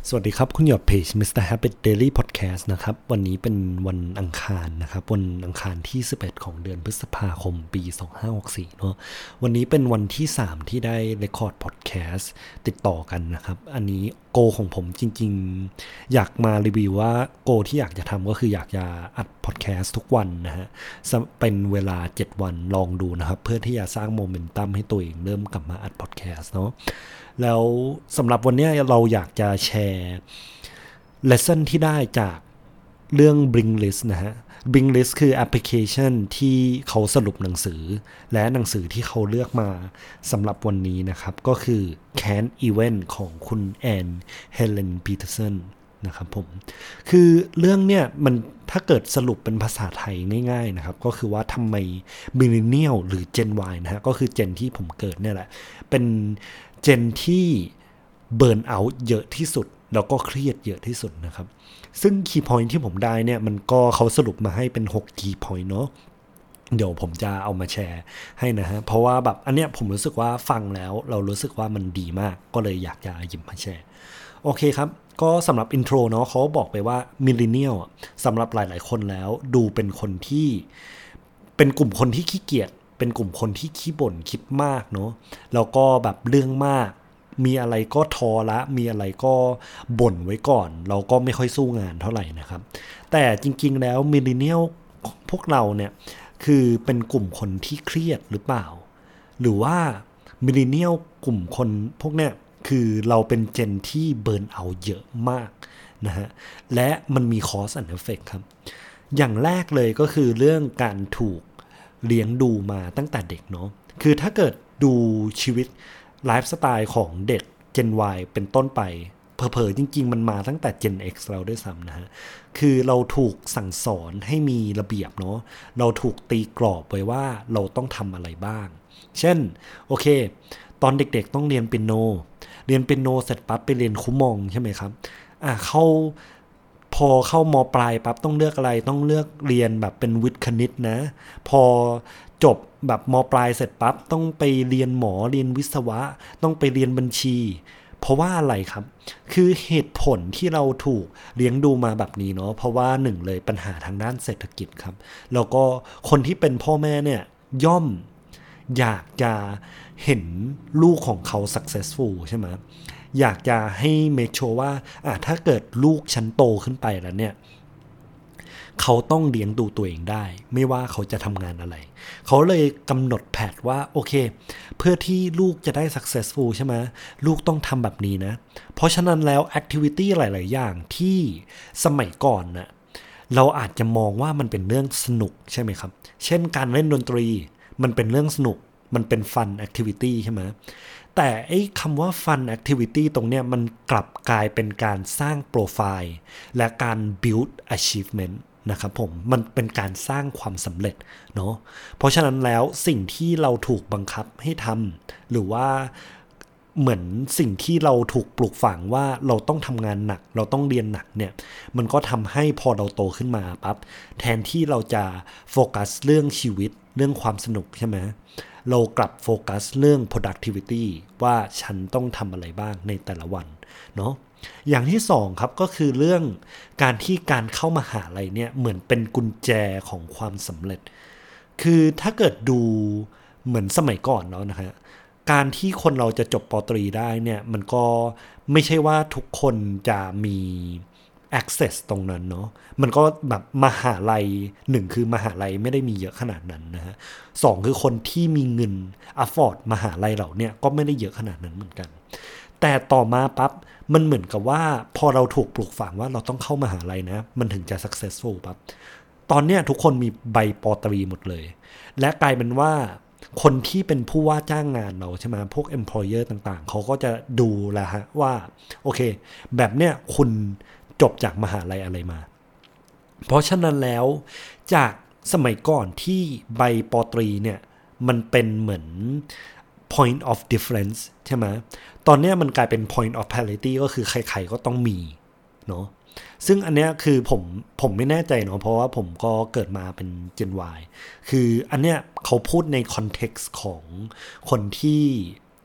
สวัสดีครับคุณหยอดเพจ Mr. Habit Daily Podcast นะครับวันนี้เป็นวันอังคารนะครับวันอังคารที่11ของเดือนพฤษภาคมปี2564เนาะวันนี้เป็นวันที่3ที่ได้ Record Podcast ติดต่อกันนะครับอันนี้โกของผมจริงๆอยากมารีวิวว่าโกที่อยากจะทำก็คืออยากจะอัด Podcast ทุกวันนะฮะเป็นเวลา7วันลองดูนะครับเพื่อที่จะสร้างโมเมนตัมให้ตัวเองเริ่มกลับมาอัด Podcast เนาะแล้วสำหรับวันนี้เราอยากจะแชร์ lesson ที่ได้จากเรื่อง Blinkist นะฮะ Blinkist คือแอปพลิเคชันที่เขาสรุปหนังสือและหนังสือที่เขาเลือกมาสำหรับวันนี้นะครับก็คือ Can't Event ของคุณแอนเฮเลนปีเตอร์สันนะครับผมคือเรื่องเนี่ยมันถ้าเกิดสรุปเป็นภาษาไทยง่ายๆนะครับก็คือว่าทำไมมิลเลนเนียลหรือ Gen Y นะฮะก็คือเจนที่ผมเกิดเนี่ยแหละเป็นเจนที่เบิร์นเอาท์เยอะที่สุดแล้วก็เครียดเยอะที่สุดนะครับซึ่งคีย์พอยท์ที่ผมได้เนี่ยมันก็เขาสรุปมาให้เป็น6คีย์พอยท์เนาะเดี๋ยวผมจะเอามาแชร์ให้นะฮะเพราะว่าแบบอันเนี้ยผมรู้สึกว่าฟังแล้วเรารู้สึกว่ามันดีมากก็เลยอยากจะหยิบมาแชร์โอเคครับก็สำหรับอินโทรเนาะเขาบอกไปว่ามิลเลนเนียลสำหรับหลายๆคนแล้วดูเป็นคนที่เป็นกลุ่มคนที่ขี้เกียจเป็นกลุ่มคนที่ขี้บ่นคิดมากเนาะแล้วก็แบบเรื่องมากมีอะไรก็ท้อละมีอะไรก็บ่นไว้ก่อนเราก็ไม่ค่อยสู้งานเท่าไหร่นะครับแต่จริงๆแล้วมิลเลนเนียลพวกเราเนี่ยคือเป็นกลุ่มคนที่เครียดหรือเปล่าหรือว่ามิลเลนเนียลกลุ่มคนพวกเนี้ยคือเราเป็นเจนที่เบิร์นเอาเยอะมากนะฮะและมันมี cause and effect ครับอย่างแรกเลยก็คือเรื่องการถูกเลี้ยงดูมาตั้งแต่เด็กเนาะคือถ้าเกิดดูชีวิตไลฟ์สไตล์ของเด็ก Gen Y เป็นต้นไปเผลอๆจริงๆมันมาตั้งแต่ Gen X เราด้วยซ้ำนะฮะคือเราถูกสั่งสอนให้มีระเบียบเนาะเราถูกตีกรอบไว้ว่าเราต้องทำอะไรบ้างเช่นโอเคตอนเด็กๆต้องเรียนเปียโนเสร็จปั๊บไปเรียนคุมองใช่ไหมครับพอเข้ามปลายปั๊บต้องเลือกอะไรต้องเลือกเรียนแบบเป็นวิทย์คณิตนะพอจบแบบมปลายเสร็จปั๊บต้องไปเรียนหมอเรียนวิศวะต้องไปเรียนบัญชีเพราะว่าอะไรครับคือเหตุผลที่เราถูกเลี้ยงดูมาแบบนี้เนาะเพราะว่าหนึ่งเลยปัญหาทางด้านเศรษฐกิจครับแล้วก็คนที่เป็นพ่อแม่เนี่ยย่อมอยากจะเห็นลูกของเขา successful ใช่ไหมอยากจะให้ make sure ว่าถ้าเกิดลูกฉันโตขึ้นไปแล้วเนี่ยเขาต้องเลี้ยงดูตัวเองได้ไม่ว่าเขาจะทำงานอะไรเขาเลยกำหนดแผนว่าโอเคเพื่อที่ลูกจะได้ successful ใช่ไหมลูกต้องทำแบบนี้นะเพราะฉะนั้นแล้ว activity หลายๆอย่างที่สมัยก่อนนะเราอาจจะมองว่ามันเป็นเรื่องสนุกใช่ไหมครับเช่นการเล่นดนตรีมันเป็นเรื่องสนุกมันเป็น fun activity ใช่ไหมแต่ไอ้คำว่า fun activity ตรงเนี้ยมันกลับกลายเป็นการสร้างโปรไฟล์และการ build achievement นะครับผมมันเป็นการสร้างความสำเร็จเนาะเพราะฉะนั้นแล้วสิ่งที่เราถูกบังคับให้ทำหรือว่าเหมือนสิ่งที่เราถูกปลูกฝังว่าเราต้องทำงานหนักเราต้องเรียนหนักเนี่ยมันก็ทำให้พอเราโตขึ้นมาปั๊บแทนที่เราจะโฟกัสเรื่องชีวิตเรื่องความสนุกใช่ไหมเรากลับโฟกัสเรื่อง productivity ว่าฉันต้องทำอะไรบ้างในแต่ละวันเนาะอย่างที่สองครับก็คือเรื่องการเข้ามหาลัยเนี่ยเหมือนเป็นกุญแจของความสำเร็จคือถ้าเกิดดูเหมือนสมัยก่อนแล้วนะฮะการที่คนเราจะจบปตรีได้เนี่ยมันก็ไม่ใช่ว่าทุกคนจะมี access ตรงนั้นเนาะมันก็แบบมหาลัยหนึ่งคือมหาลัยไม่ได้มีเยอะขนาดนั้นนะฮะสองคือคนที่มีเงิน afford มหาลัยเหล่าเนี่ยก็ไม่ได้เยอะขนาดนั้นเหมือนกันแต่ต่อมาปั๊บมันเหมือนกับว่าพอเราถูกปลูกฝังว่าเราต้องเข้ามหาลัยนะมันถึงจะ successful ปั๊บตอนเนี้ยทุกคนมีใบปตรีหมดเลยและกลายเป็นว่าคนที่เป็นผู้ว่าจ้างงานเราใช่ไหมพวก employer ต่างๆเขาก็จะดูแลฮะว่าโอเคแบบเนี้ยคุณจบจากมหาลัยอะไรมาเพราะฉะนั้นแล้วจากสมัยก่อนที่ใบปตรีเนี่ยมันเป็นเหมือน point of difference ใช่ไหมตอนนี้มันกลายเป็น point of parity ก็คือใครๆก็ต้องมีเนาะซึ่งอันเนี้ยคือผมไม่แน่ใจเนาะเพราะว่าผมก็เกิดมาเป็น Gen Y คืออันเนี้ยเขาพูดในคอนเท็กซ์ของคนที่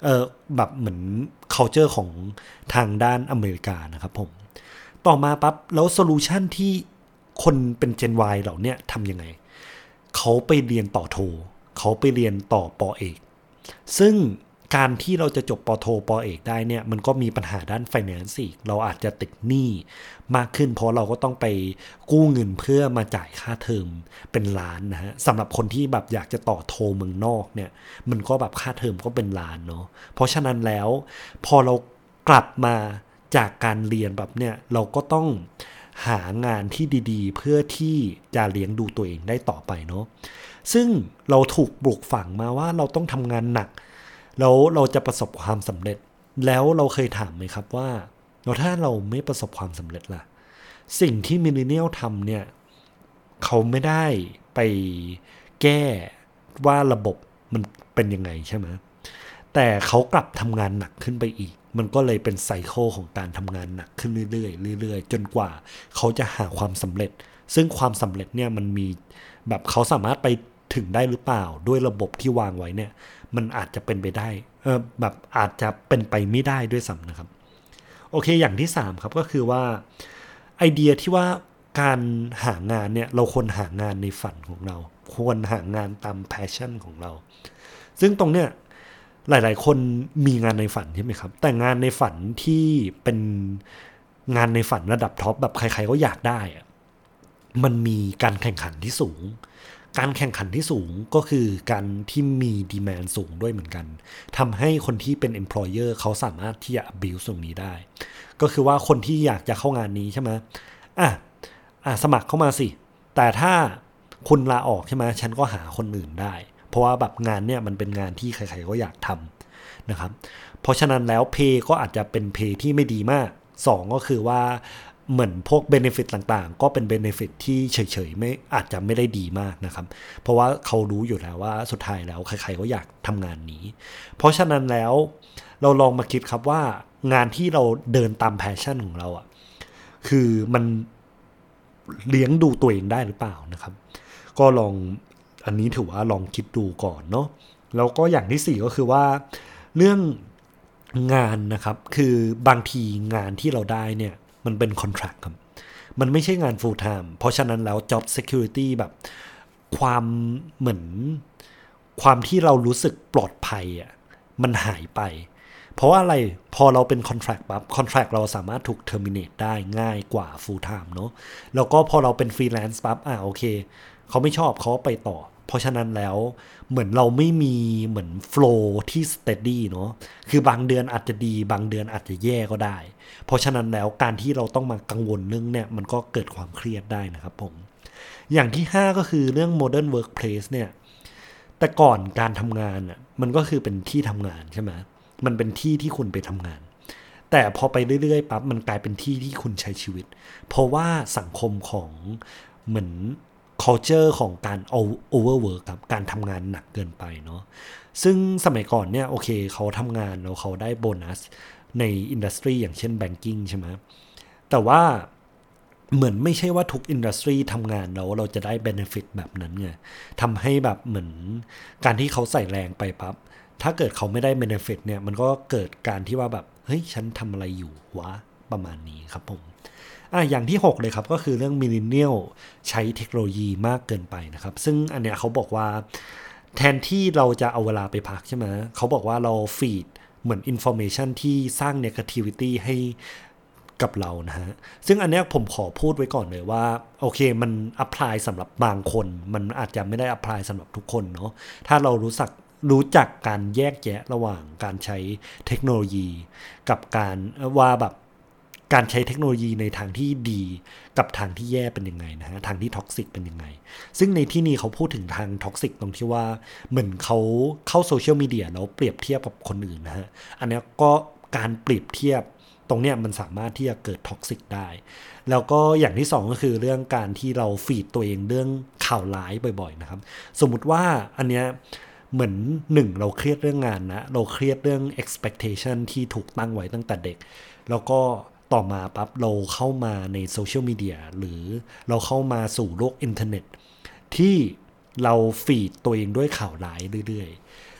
แบบเหมือน culture ของทางด้านอเมริกานะครับผมต่อมาปั๊บแล้วโซลูชันที่คนเป็น Gen Y เหล่านี้ทำยังไงเขาไปเรียนต่อโทเขาไปเรียนต่อปอเอกซึ่งการที่เราจะจบปอโทปอเอกได้เนี่ยมันก็มีปัญหาด้าน finance อีกเราอาจจะติดหนี้มากขึ้นเพราะเราก็ต้องไปกู้เงินเพื่อมาจ่ายค่าเทอมเป็นล้านนะฮะสำหรับคนที่แบบอยากจะต่อโทเมืองนอกเนี่ยมันก็แบบค่าเทอมก็เป็นล้านเนาะเพราะฉะนั้นแล้วพอเรากลับมาจากการเรียนแบบเนี่ยเราก็ต้องหางานที่ดีๆเพื่อที่จะเลี้ยงดูตัวเองได้ต่อไปเนาะซึ่งเราถูกปลูกฝังมาว่าเราต้องทำงานหนักแล้วเราจะประสบความสำเร็จแล้วเราเคยถามไหมครับว่าแล้วถ้าเราไม่ประสบความสำเร็จล่ะสิ่งที่มิลเลนเนียลทำเนี่ยเขาไม่ได้ไปแก้ว่าระบบมันเป็นยังไงใช่ไหมแต่เขากลับทำงานหนักขึ้นไปอีกมันก็เลยเป็นไซเคิลของการทำงานหนักขึ้นเรื่อยๆเรื่อยๆจนกว่าเขาจะหาความสำเร็จซึ่งความสำเร็จเนี่ยมันมีแบบเขาสามารถไปถึงได้หรือเปล่าด้วยระบบที่วางไว้เนี่ยมันอาจจะเป็นไปได้แบบอาจจะเป็นไปไม่ได้ด้วยซ้ำนะครับโอเคอย่างที่3ครับก็คือว่าไอเดียที่ว่าการหางานเนี่ยเราควรหางานในฝันของเราควรหางานตามแพชชั่นของเราซึ่งตรงเนี้ยหลายๆคนมีงานในฝันใช่ไหมครับแต่งานในฝันที่เป็นงานในฝันระดับท็อปแบบใครๆก็อยากได้อะมันมีการแข่งขันที่สูงการแข่งขันที่สูงก็คือการที่มีดีแมนสูงด้วยเหมือนกันทำให้คนที่เป็น employer เขาสามารถที่จะ abuse ตรงนี้ได้ก็คือว่าคนที่อยากจะเข้างานนี้ใช่ไหมสมัครเข้ามาสิแต่ถ้าคุณลาออกใช่ไหมฉันก็หาคนอื่นได้เพราะว่าแบบงานเนี่ยมันเป็นงานที่ใครๆก็อยากทำนะครับเพราะฉะนั้นแล้วเพย์ก็อาจจะเป็นเพย์ที่ไม่ดีมาก2ก็คือว่าเหมือนพวกเบเนฟิตต่างๆก็เป็นเบเนฟิตที่เฉยๆไม่อาจจะไม่ได้ดีมากนะครับเพราะว่าเขารู้อยู่แล้วว่าสุดท้ายแล้วใครๆก็อยากทำงานนี้เพราะฉะนั้นแล้วเราลองมาคิดครับว่างานที่เราเดินตามแพชชั่นของเราอ่ะคือมันเลี้ยงดูตัวเองได้หรือเปล่านะครับก็ลองอันนี้ถือว่าลองคิดดูก่อนเนาะแล้วก็อย่างที่4ก็คือว่าเรื่องงานนะครับคือบางทีงานที่เราได้เนี่ยมันเป็นคอนแทรคครับมันไม่ใช่งาน full time เพราะฉะนั้นแล้ว job security แบบความเหมือนความที่เรารู้สึกปลอดภัยอ่ะมันหายไปเพราะว่าอะไรพอเราเป็นคอนแทรคปั๊บคอนแทรคเราสามารถถูก terminate ได้ง่ายกว่า full time เนาะแล้วก็พอเราเป็นฟรีแลนซ์ปั๊บโอเคเขาไม่ชอบเขาไปต่อเพราะฉะนั้นแล้วเหมือนเราไม่มีเหมือนโฟลว์ที่ steady เนาะคือบางเดือนอาจจะดีบางเดือนอาจจะแย่ก็ได้เพราะฉะนั้นแล้วการที่เราต้องมากังวลเรื่องเนี่ยมันก็เกิดความเครียดได้นะครับผมอย่างที่5ก็คือเรื่อง modern workplace เนี่ยแต่ก่อนการทำงานอ่ะมันก็คือเป็นที่ทำงานใช่ไหมมันเป็นที่ที่คุณไปทำงานแต่พอไปเรื่อยๆปั๊บมันกลายเป็นที่ที่คุณใช้ชีวิตเพราะว่าสังคมของเหมือนculture ของการ overwork ครับการทำงานหนักเกินไปเนาะซึ่งสมัยก่อนเนี่ยโอเคเขาทำงานแล้วเขาได้โบนัสในอินดัสทรีอย่างเช่นแบงกิ้งใช่ไหมแต่ว่าเหมือนไม่ใช่ว่าทุกอินดัสทรีทำงานแล้วเราจะได้เบเนฟิตแบบนั้นไงทำให้แบบเหมือนการที่เขาใส่แรงไปปั๊บถ้าเกิดเขาไม่ได้เบเนฟิตเนี่ยมันก็เกิดการที่ว่าแบบเฮ้ยฉันทำอะไรอยู่วะประมาณนี้ครับผมอย่างที่6เลยครับก็คือเรื่องมิลเลนเนียลใช้เทคโนโลยีมากเกินไปนะครับซึ่งอันเนี้ยเขาบอกว่าแทนที่เราจะเอาเวลาไปพักใช่ไหมเขาบอกว่าเราฟีดเหมือนอินโฟเมชันที่สร้าง negativity ให้กับเรานะฮะซึ่งอันเนี้ยผมขอพูดไว้ก่อนเลยว่าโอเคมัน apply สำหรับบางคนมันอาจจะไม่ได้ apply สำหรับทุกคนเนาะถ้าเรารู้จักการแยกแยะระหว่างการใช้เทคโนโลยีกับการว่าแบบการใช้เทคโนโลยีในทางที่ดีกับทางที่แย่เป็นยังไงนะฮะทางที่ท็อกซิกเป็นยังไงซึ่งในที่นี้เขาพูดถึงทางท็อกซิกตรงที่ว่าเหมือนเขาเข้าโซเชียลมีเดียแล้วเปรียบเทียบกับคนอื่นนะฮะอันนี้ก็การเปรียบเทียบตรงเนี้ยมันสามารถที่จะเกิดท็อกซิกได้แล้วก็อย่างที่2ก็คือเรื่องการที่เราฟีดตัวเองเรื่องข่าวร้ายบ่อยๆนะครับสมมุติว่าอันเนี้ยเหมือน1เราเครียดเรื่องงานนะเราเครียดเรื่อง expectation ที่ถูกตั้งไว้ตั้งแต่เด็กแล้วก็ต่อมาปั๊บเราเข้ามาในโซเชียลมีเดียหรือเราเข้ามาสู่โลกอินเทอร์เน็ตที่เราฟีดตัวเองด้วยข่าวร้ายเรื่อย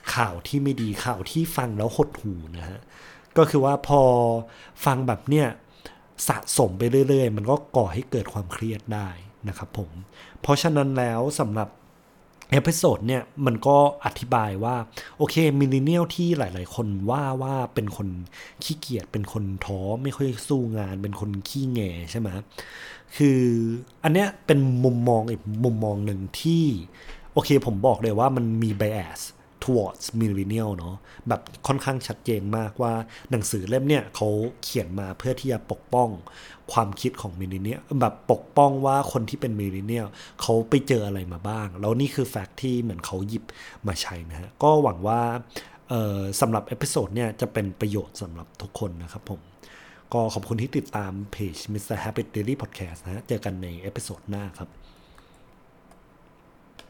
ข่าวที่ไม่ดีข่าวที่ฟังแล้วหดหูนะฮะก็คือว่าพอฟังแบบเนี้ยสะสมไปเรื่อยๆมันก็ก่อให้เกิดความเครียดได้นะครับผมเพราะฉะนั้นแล้วสำหรับเอพิโซดเนี่ยมันก็อธิบายว่าโอเคมิลเลนเนียลที่หลายๆคนว่าเป็นคนขี้เกียจเป็นคนท้อไม่ค่อยสู้งานเป็นคนขี้แงใช่ไหมคืออันเนี้ยเป็นมุมมองอีกมุมมองหนึ่งที่โอเคผมบอกเลยว่ามันมี bias towards millennial เนาะแบบค่อนข้างชัดเจนมากว่าหนังสือเล่มเนี่ยเขาเขียนมาเพื่อที่จะปกป้องความคิดของมิลเลนเนียลแบบปกป้องว่าคนที่เป็นมิลเลนเนียลเขาไปเจออะไรมาบ้างแล้วนี่คือแฟกต์ที่เหมือนเขาหยิบมาใช้นะฮะก็หวังว่าสำหรับเอพิโซดเนี่ยจะเป็นประโยชน์สำหรับทุกคนนะครับผมก็ขอบคุณที่ติดตามเพจ Mr. Happy Daily Podcast นะฮะเจอกันในเอพิโซดหน้าครับ